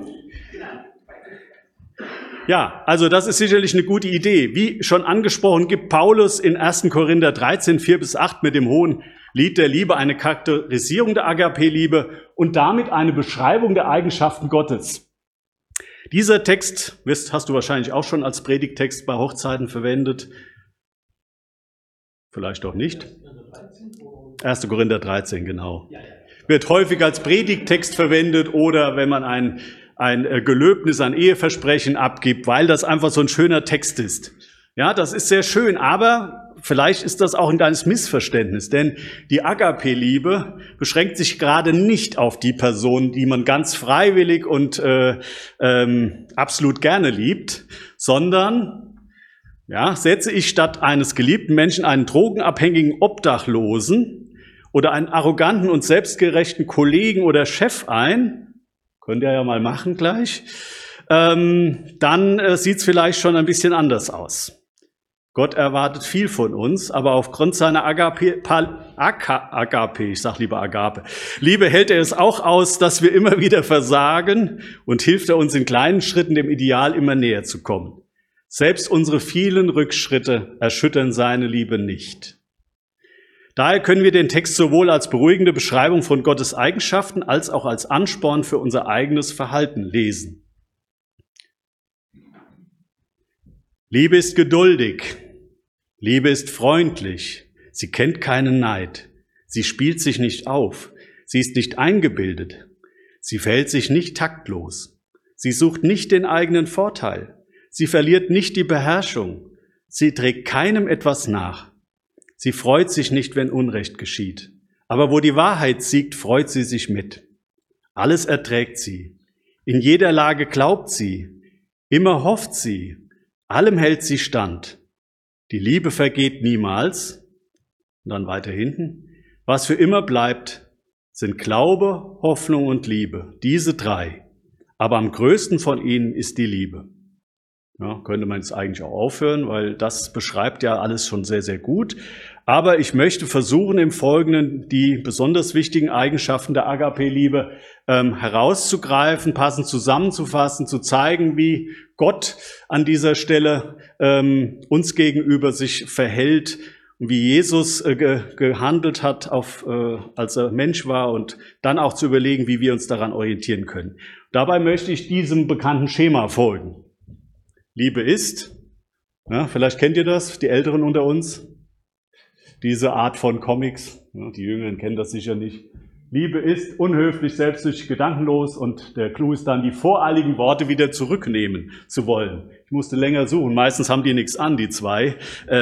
Ja, also das ist sicherlich eine gute Idee. Wie schon angesprochen, gibt Paulus in 1. Korinther 13, 4-8 mit dem Hohen Lied der Liebe eine Charakterisierung der Agape-Liebe und damit eine Beschreibung der Eigenschaften Gottes. Dieser Text hast du wahrscheinlich auch schon als Predigttext bei Hochzeiten verwendet. Vielleicht auch nicht. 1. Korinther 13, genau. Wird häufig als Predigttext verwendet oder wenn man ein Gelöbnis, ein Eheversprechen abgibt, weil das einfach so ein schöner Text ist. Ja, das ist sehr schön, aber vielleicht ist das auch ein kleines Missverständnis, denn die Agape-Liebe beschränkt sich gerade nicht auf die Person, die man ganz freiwillig und absolut gerne liebt, sondern setze ich statt eines geliebten Menschen einen drogenabhängigen Obdachlosen oder einen arroganten und selbstgerechten Kollegen oder Chef ein, könnt ihr ja mal machen gleich, dann sieht es vielleicht schon ein bisschen anders aus. Gott erwartet viel von uns, aber aufgrund seiner Agape, ich sag lieber Agape, Liebe hält er es auch aus, dass wir immer wieder versagen und hilft er uns in kleinen Schritten dem Ideal immer näher zu kommen. Selbst unsere vielen Rückschritte erschüttern seine Liebe nicht. Daher können wir den Text sowohl als beruhigende Beschreibung von Gottes Eigenschaften als auch als Ansporn für unser eigenes Verhalten lesen. Liebe ist geduldig. Liebe ist freundlich. Sie kennt keinen Neid. Sie spielt sich nicht auf. Sie ist nicht eingebildet. Sie verhält sich nicht taktlos. Sie sucht nicht den eigenen Vorteil. Sie verliert nicht die Beherrschung. Sie trägt keinem etwas nach. Sie freut sich nicht, wenn Unrecht geschieht. Aber wo die Wahrheit siegt, freut sie sich mit. Alles erträgt sie. In jeder Lage glaubt sie. Immer hofft sie. Allem hält sie stand. Die Liebe vergeht niemals. Und dann weiter hinten. Was für immer bleibt, sind Glaube, Hoffnung und Liebe. Diese 3. Aber am größten von ihnen ist die Liebe. Ja, könnte man jetzt eigentlich auch aufhören, weil das beschreibt ja alles schon sehr, sehr gut. Aber ich möchte versuchen, im Folgenden die besonders wichtigen Eigenschaften der Agape-Liebe herauszugreifen, passend zusammenzufassen, zu zeigen, wie Gott an dieser Stelle uns gegenüber sich verhält und wie Jesus gehandelt hat, als er Mensch war und dann auch zu überlegen, wie wir uns daran orientieren können. Dabei möchte ich diesem bekannten Schema folgen. Liebe ist, ja, vielleicht kennt ihr das, die Älteren unter uns, diese Art von Comics, ja, die Jüngeren kennen das sicher nicht. Liebe ist unhöflich, selbstsüchtig, gedankenlos und der Clou ist dann, die voreiligen Worte wieder zurücknehmen zu wollen. Ich musste länger suchen, meistens haben die nichts an, die 2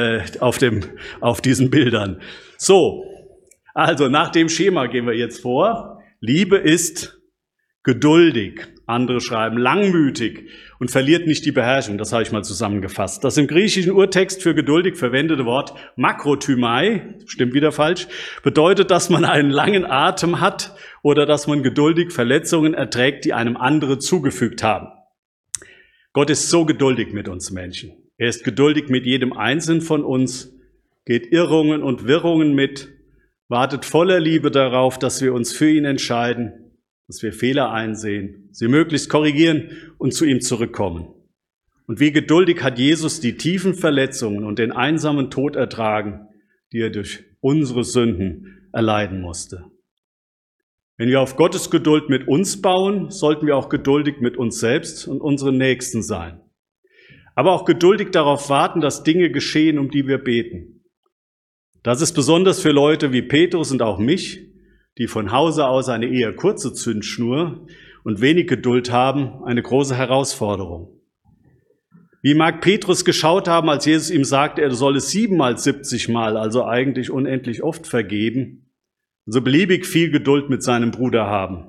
auf diesen Bildern. So, also nach dem Schema gehen wir jetzt vor. Liebe ist geduldig. Andere schreiben langmütig und verliert nicht die Beherrschung. Das habe ich mal zusammengefasst. Das im griechischen Urtext für geduldig verwendete Wort Makrothymai, stimmt wieder falsch, bedeutet, dass man einen langen Atem hat oder dass man geduldig Verletzungen erträgt, die einem andere zugefügt haben. Gott ist so geduldig mit uns Menschen. Er ist geduldig mit jedem Einzelnen von uns geht Irrungen und Wirrungen mit, wartet voller Liebe darauf, dass wir uns für ihn entscheiden, dass wir Fehler einsehen, sie möglichst korrigieren und zu ihm zurückkommen. Und wie geduldig hat Jesus die tiefen Verletzungen und den einsamen Tod ertragen, die er durch unsere Sünden erleiden musste. Wenn wir auf Gottes Geduld mit uns bauen, sollten wir auch geduldig mit uns selbst und unseren Nächsten sein. Aber auch geduldig darauf warten, dass Dinge geschehen, um die wir beten. Das ist besonders für Leute wie Petrus und auch mich, die von Hause aus eine eher kurze Zündschnur und wenig Geduld haben, eine große Herausforderung. Wie mag Petrus geschaut haben, als Jesus ihm sagte, er solle 7-mal, 70-mal, also eigentlich unendlich oft vergeben, und so beliebig viel Geduld mit seinem Bruder haben.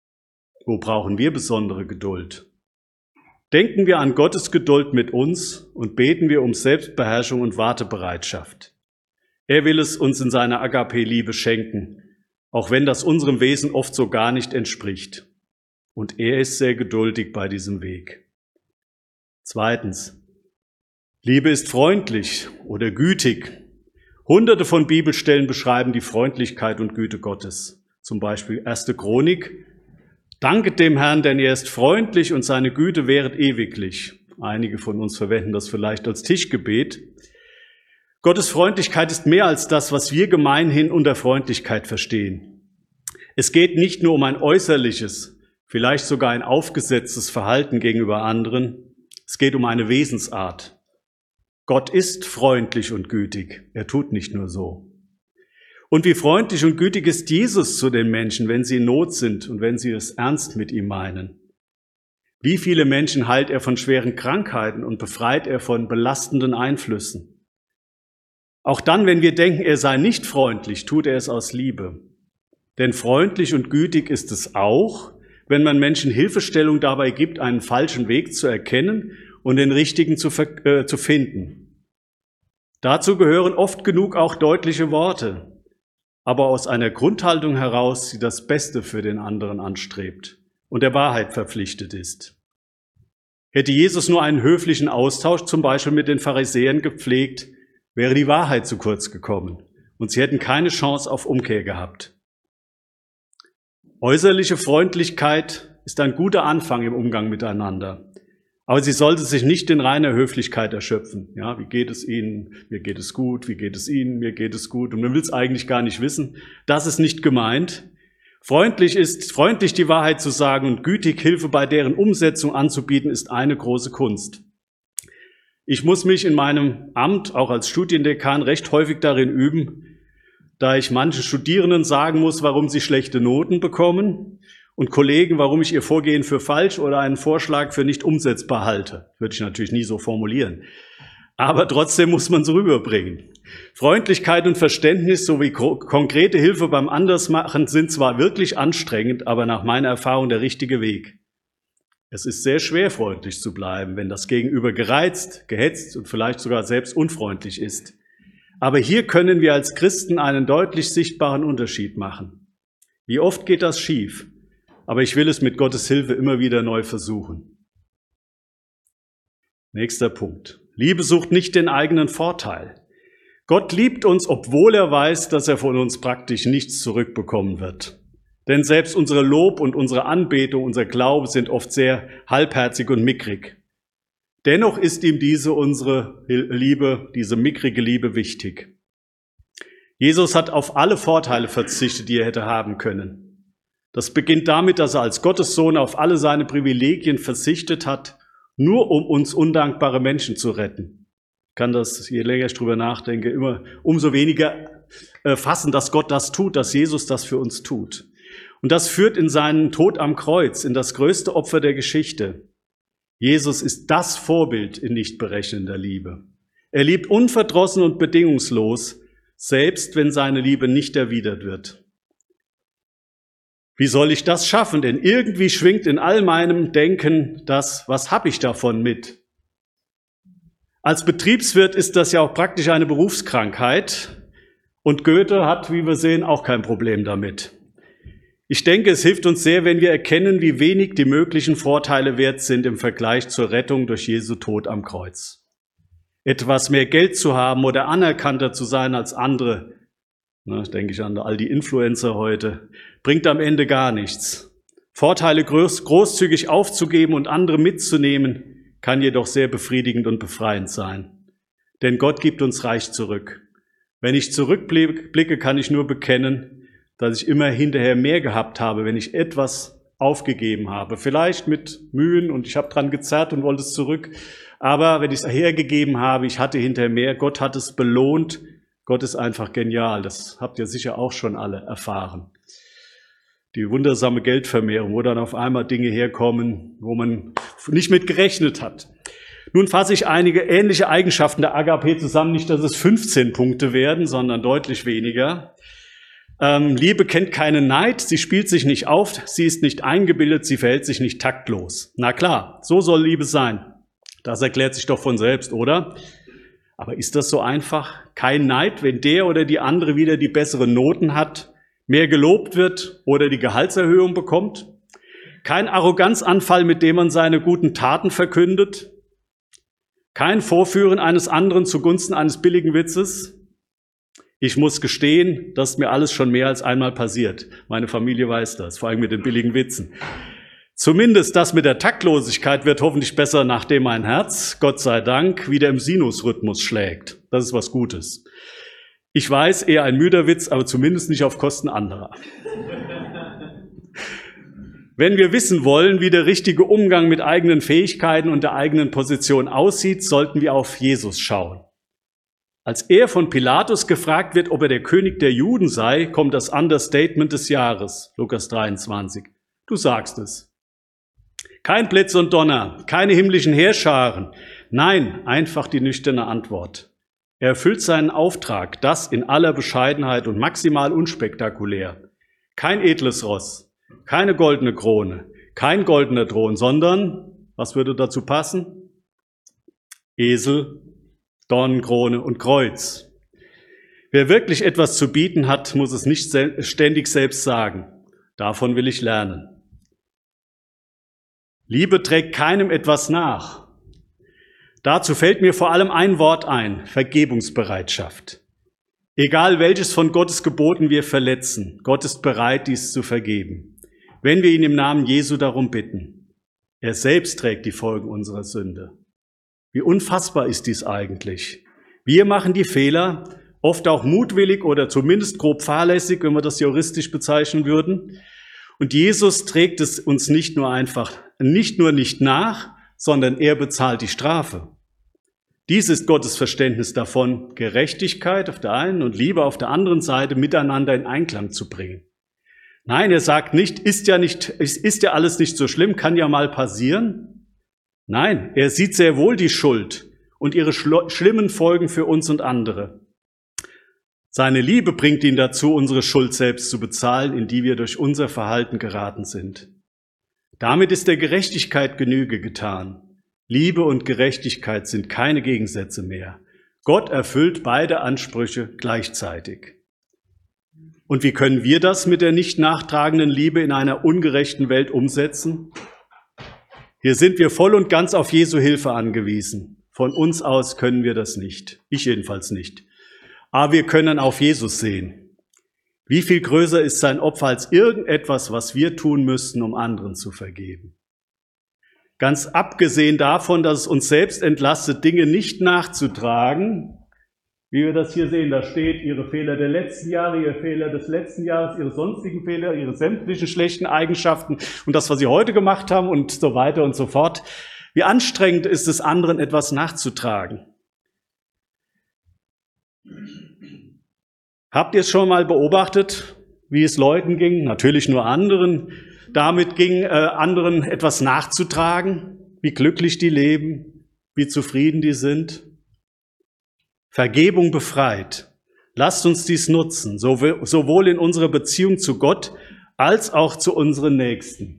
Wo brauchen wir besondere Geduld? Denken wir an Gottes Geduld mit uns und beten wir um Selbstbeherrschung und Wartebereitschaft. Er will es uns in seiner Agape-Liebe schenken, auch wenn das unserem Wesen oft so gar nicht entspricht. Und er ist sehr geduldig bei diesem Weg. Zweitens, Liebe ist freundlich oder gütig. Hunderte von Bibelstellen beschreiben die Freundlichkeit und Güte Gottes. Zum Beispiel 1. Chronik. Danket dem Herrn, denn er ist freundlich und seine Güte währet ewiglich. Einige von uns verwenden das vielleicht als Tischgebet. Gottes Freundlichkeit ist mehr als das, was wir gemeinhin unter Freundlichkeit verstehen. Es geht nicht nur um ein äußerliches, vielleicht sogar ein aufgesetztes Verhalten gegenüber anderen. Es geht um eine Wesensart. Gott ist freundlich und gütig. Er tut nicht nur so. Und wie freundlich und gütig ist Jesus zu den Menschen, wenn sie in Not sind und wenn sie es ernst mit ihm meinen. Wie viele Menschen heilt er von schweren Krankheiten und befreit er von belastenden Einflüssen. Auch dann, wenn wir denken, er sei nicht freundlich, tut er es aus Liebe. Denn freundlich und gütig ist es auch, wenn man Menschen Hilfestellung dabei gibt, einen falschen Weg zu erkennen und den richtigen zu finden. Dazu gehören oft genug auch deutliche Worte, aber aus einer Grundhaltung heraus, die das Beste für den anderen anstrebt und der Wahrheit verpflichtet ist. Hätte Jesus nur einen höflichen Austausch, zum Beispiel mit den Pharisäern, gepflegt, wäre die Wahrheit zu kurz gekommen und sie hätten keine Chance auf Umkehr gehabt. Äußerliche Freundlichkeit ist ein guter Anfang im Umgang miteinander. Aber sie sollte sich nicht in reiner Höflichkeit erschöpfen. Ja, wie geht es Ihnen? Mir geht es gut. Wie geht es Ihnen? Mir geht es gut. Und man will es eigentlich gar nicht wissen. Das ist nicht gemeint. Freundlich die Wahrheit zu sagen und gütig Hilfe bei deren Umsetzung anzubieten, ist eine große Kunst. Ich muss mich in meinem Amt, auch als Studiendekan, recht häufig darin üben, da ich manchen Studierenden sagen muss, warum sie schlechte Noten bekommen, und Kollegen, warum ich ihr Vorgehen für falsch oder einen Vorschlag für nicht umsetzbar halte. Würde ich natürlich nie so formulieren. Aber trotzdem muss man es rüberbringen. Freundlichkeit und Verständnis sowie konkrete Hilfe beim Andersmachen sind zwar wirklich anstrengend, aber nach meiner Erfahrung der richtige Weg. Es ist sehr schwer, freundlich zu bleiben, wenn das Gegenüber gereizt, gehetzt und vielleicht sogar selbst unfreundlich ist. Aber hier können wir als Christen einen deutlich sichtbaren Unterschied machen. Wie oft geht das schief? Aber ich will es mit Gottes Hilfe immer wieder neu versuchen. Nächster Punkt. Liebe sucht nicht den eigenen Vorteil. Gott liebt uns, obwohl er weiß, dass er von uns praktisch nichts zurückbekommen wird. Denn selbst unsere Lob und unsere Anbetung, unser Glaube sind oft sehr halbherzig und mickrig. Dennoch ist ihm unsere Liebe, diese mickrige Liebe wichtig. Jesus hat auf alle Vorteile verzichtet, die er hätte haben können. Das beginnt damit, dass er als Gottes Sohn auf alle seine Privilegien verzichtet hat, nur um uns undankbare Menschen zu retten. Ich kann das, je länger ich drüber nachdenke, umso weniger fassen, dass Gott das tut, dass Jesus das für uns tut. Und das führt in seinen Tod am Kreuz, in das größte Opfer der Geschichte. Jesus ist das Vorbild in nicht berechnender Liebe. Er liebt unverdrossen und bedingungslos, selbst wenn seine Liebe nicht erwidert wird. Wie soll ich das schaffen? Denn irgendwie schwingt in all meinem Denken was habe ich davon mit? Als Betriebswirt ist das ja auch praktisch eine Berufskrankheit. Und Goethe hat, wie wir sehen, auch kein Problem damit. Ich denke, es hilft uns sehr, wenn wir erkennen, wie wenig die möglichen Vorteile wert sind im Vergleich zur Rettung durch Jesu Tod am Kreuz. etwas mehr Geld zu haben oder anerkannter zu sein als andere, denke ich an all die Influencer heute, bringt am Ende gar nichts. Vorteile großzügig aufzugeben und andere mitzunehmen, kann jedoch sehr befriedigend und befreiend sein. Denn Gott gibt uns reich zurück. Wenn ich zurückblicke, kann ich nur bekennen, dass ich immer hinterher mehr gehabt habe, wenn ich etwas aufgegeben habe. Vielleicht mit Mühen und ich habe dran gezerrt und wollte es zurück. Aber wenn ich es hergegeben habe, ich hatte hinterher mehr. Gott hat es belohnt. Gott ist einfach genial. Das habt ihr sicher auch schon alle erfahren. Die wundersame Geldvermehrung, wo dann auf einmal Dinge herkommen, wo man nicht mit gerechnet hat. Nun fasse ich einige ähnliche Eigenschaften der Agape zusammen. Nicht, dass es 15 Punkte werden, sondern deutlich weniger. Liebe kennt keinen Neid, sie spielt sich nicht auf, sie ist nicht eingebildet, sie verhält sich nicht taktlos. Na klar, so soll Liebe sein. Das erklärt sich doch von selbst, oder? Aber ist das so einfach? Kein Neid, wenn der oder die andere wieder die besseren Noten hat, mehr gelobt wird oder die Gehaltserhöhung bekommt? Kein Arroganzanfall, mit dem man seine guten Taten verkündet? Kein Vorführen eines anderen zugunsten eines billigen Witzes? Ich muss gestehen, das ist mir alles schon mehr als einmal passiert. Meine Familie weiß das, vor allem mit den billigen Witzen. Zumindest das mit der Taktlosigkeit wird hoffentlich besser, nachdem mein Herz, Gott sei Dank, wieder im Sinusrhythmus schlägt. Das ist was Gutes. Ich weiß, eher ein müder Witz, aber zumindest nicht auf Kosten anderer. Wenn wir wissen wollen, wie der richtige Umgang mit eigenen Fähigkeiten und der eigenen Position aussieht, sollten wir auf Jesus schauen. Als er von Pilatus gefragt wird, ob er der König der Juden sei, kommt das Understatement des Jahres, Lukas 23. Du sagst es. Kein Blitz und Donner, keine himmlischen Heerscharen. Nein, einfach die nüchterne Antwort. Er erfüllt seinen Auftrag, das in aller Bescheidenheit und maximal unspektakulär. Kein edles Ross, keine goldene Krone, kein goldener Thron, sondern, was würde dazu passen? Esel, Dornenkrone und Kreuz. Wer wirklich etwas zu bieten hat, muss es nicht ständig selbst sagen. Davon will ich lernen. Liebe trägt keinem etwas nach. Dazu fällt mir vor allem ein Wort ein: Vergebungsbereitschaft. Egal welches von Gottes Geboten wir verletzen, Gott ist bereit, dies zu vergeben, wenn wir ihn im Namen Jesu darum bitten. Er selbst trägt die Folgen unserer Sünde. Wie unfassbar ist dies eigentlich? Wir machen die Fehler, oft auch mutwillig oder zumindest grob fahrlässig, wenn wir das juristisch bezeichnen würden. Und Jesus trägt es uns nicht nur nicht nach, sondern er bezahlt die Strafe. Dies ist Gottes Verständnis davon, Gerechtigkeit auf der einen und Liebe auf der anderen Seite miteinander in Einklang zu bringen. Nein, er sagt nicht, ist ja alles nicht so schlimm, kann ja mal passieren. Nein, er sieht sehr wohl die Schuld und ihre schlimmen Folgen für uns und andere. Seine Liebe bringt ihn dazu, unsere Schuld selbst zu bezahlen, in die wir durch unser Verhalten geraten sind. Damit ist der Gerechtigkeit Genüge getan. Liebe und Gerechtigkeit sind keine Gegensätze mehr. Gott erfüllt beide Ansprüche gleichzeitig. Und wie können wir das mit der nicht nachtragenden Liebe in einer ungerechten Welt umsetzen? Hier sind wir voll und ganz auf Jesu Hilfe angewiesen. Von uns aus können wir das nicht. Ich jedenfalls nicht. Aber wir können auf Jesus sehen. Wie viel größer ist sein Opfer als irgendetwas, was wir tun müssten, um anderen zu vergeben? Ganz abgesehen davon, dass es uns selbst entlastet, Dinge nicht nachzutragen, wie wir das hier sehen, da steht, ihre Fehler der letzten Jahre, ihre Fehler des letzten Jahres, ihre sonstigen Fehler, ihre sämtlichen schlechten Eigenschaften und das, was sie heute gemacht haben und so weiter und so fort. Wie anstrengend ist es, anderen etwas nachzutragen. Habt ihr es schon mal beobachtet, wie es Leuten ging, natürlich nur anderen, damit ging, anderen etwas nachzutragen, wie glücklich die leben, wie zufrieden die sind? Vergebung befreit. Lasst uns dies nutzen, sowohl in unserer Beziehung zu Gott als auch zu unseren Nächsten.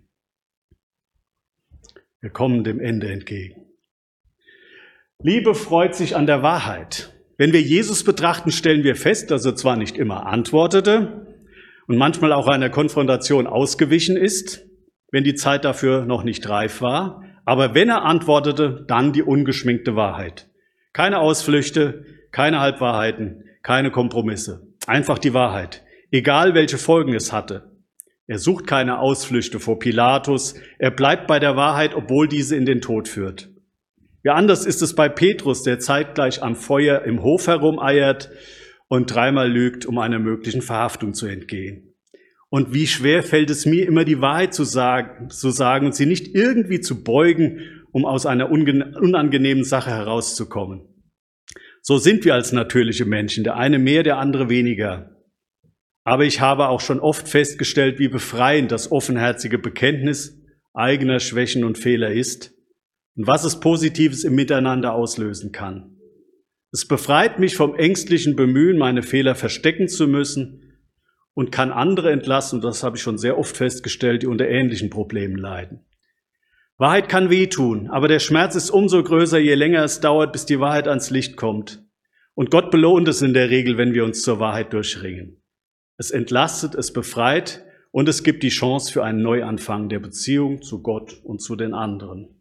Wir kommen dem Ende entgegen. Liebe freut sich an der Wahrheit. Wenn wir Jesus betrachten, stellen wir fest, dass er zwar nicht immer antwortete und manchmal auch einer Konfrontation ausgewichen ist, wenn die Zeit dafür noch nicht reif war, aber wenn er antwortete, dann die ungeschminkte Wahrheit. Keine Ausflüchte, keine Halbwahrheiten, keine Kompromisse. Einfach die Wahrheit, egal welche Folgen es hatte. Er sucht keine Ausflüchte vor Pilatus, er bleibt bei der Wahrheit, obwohl diese in den Tod führt. Wie anders ist es bei Petrus, der zeitgleich am Feuer im Hof herumeiert und dreimal lügt, um einer möglichen Verhaftung zu entgehen. Und wie schwer fällt es mir, immer die Wahrheit zu sagen und sie nicht irgendwie zu beugen, um aus einer unangenehmen Sache herauszukommen. So sind wir als natürliche Menschen, der eine mehr, der andere weniger. Aber ich habe auch schon oft festgestellt, wie befreiend das offenherzige Bekenntnis eigener Schwächen und Fehler ist und was es Positives im Miteinander auslösen kann. Es befreit mich vom ängstlichen Bemühen, meine Fehler verstecken zu müssen und kann andere entlassen, und das habe ich schon sehr oft festgestellt, die unter ähnlichen Problemen leiden. Wahrheit kann wehtun, aber der Schmerz ist umso größer, je länger es dauert, bis die Wahrheit ans Licht kommt. Und Gott belohnt es in der Regel, wenn wir uns zur Wahrheit durchringen. Es entlastet, es befreit und es gibt die Chance für einen Neuanfang der Beziehung zu Gott und zu den anderen.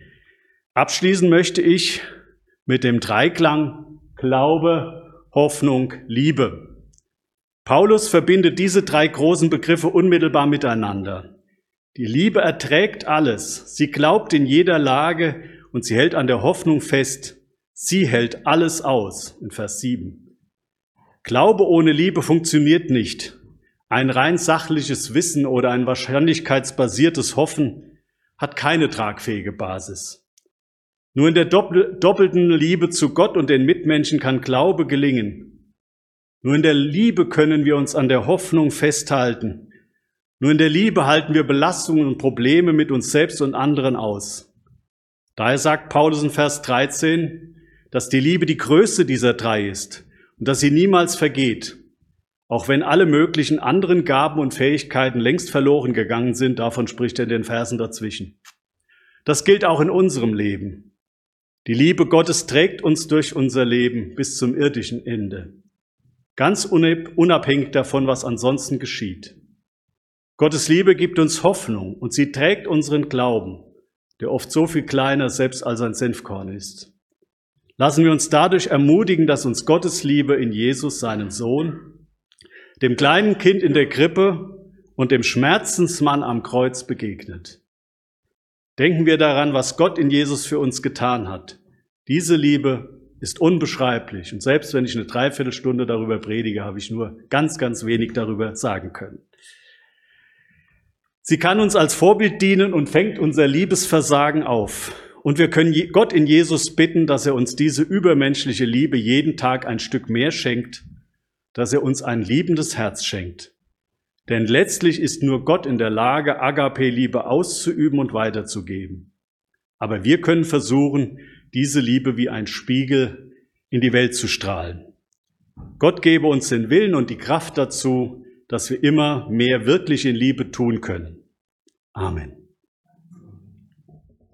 Abschließen möchte ich mit dem Dreiklang Glaube, Hoffnung, Liebe. Paulus verbindet diese drei großen Begriffe unmittelbar miteinander. Die Liebe erträgt alles, sie glaubt in jeder Lage und sie hält an der Hoffnung fest. Sie hält alles aus, in Vers 7. Glaube ohne Liebe funktioniert nicht. Ein rein sachliches Wissen oder ein wahrscheinlichkeitsbasiertes Hoffen hat keine tragfähige Basis. Nur in der doppelten Liebe zu Gott und den Mitmenschen kann Glaube gelingen. Nur in der Liebe können wir uns an der Hoffnung festhalten. Nur in der Liebe halten wir Belastungen und Probleme mit uns selbst und anderen aus. Daher sagt Paulus in Vers 13, dass die Liebe die größte dieser drei ist und dass sie niemals vergeht. Auch wenn alle möglichen anderen Gaben und Fähigkeiten längst verloren gegangen sind, davon spricht er in den Versen dazwischen. Das gilt auch in unserem Leben. Die Liebe Gottes trägt uns durch unser Leben bis zum irdischen Ende. Ganz unabhängig davon, was ansonsten geschieht. Gottes Liebe gibt uns Hoffnung und sie trägt unseren Glauben, der oft so viel kleiner selbst als ein Senfkorn ist. Lassen wir uns dadurch ermutigen, dass uns Gottes Liebe in Jesus, seinem Sohn, dem kleinen Kind in der Krippe und dem Schmerzensmann am Kreuz begegnet. Denken wir daran, was Gott in Jesus für uns getan hat. Diese Liebe ist unbeschreiblich und selbst wenn ich eine Dreiviertelstunde darüber predige, habe ich nur ganz, ganz wenig darüber sagen können. Sie kann uns als Vorbild dienen und fängt unser Liebesversagen auf. Und wir können Gott in Jesus bitten, dass er uns diese übermenschliche Liebe jeden Tag ein Stück mehr schenkt, dass er uns ein liebendes Herz schenkt. Denn letztlich ist nur Gott in der Lage, Agape-Liebe auszuüben und weiterzugeben. Aber wir können versuchen, diese Liebe wie ein Spiegel in die Welt zu strahlen. Gott gebe uns den Willen und die Kraft dazu, dass wir immer mehr wirklich in Liebe tun können. Amen.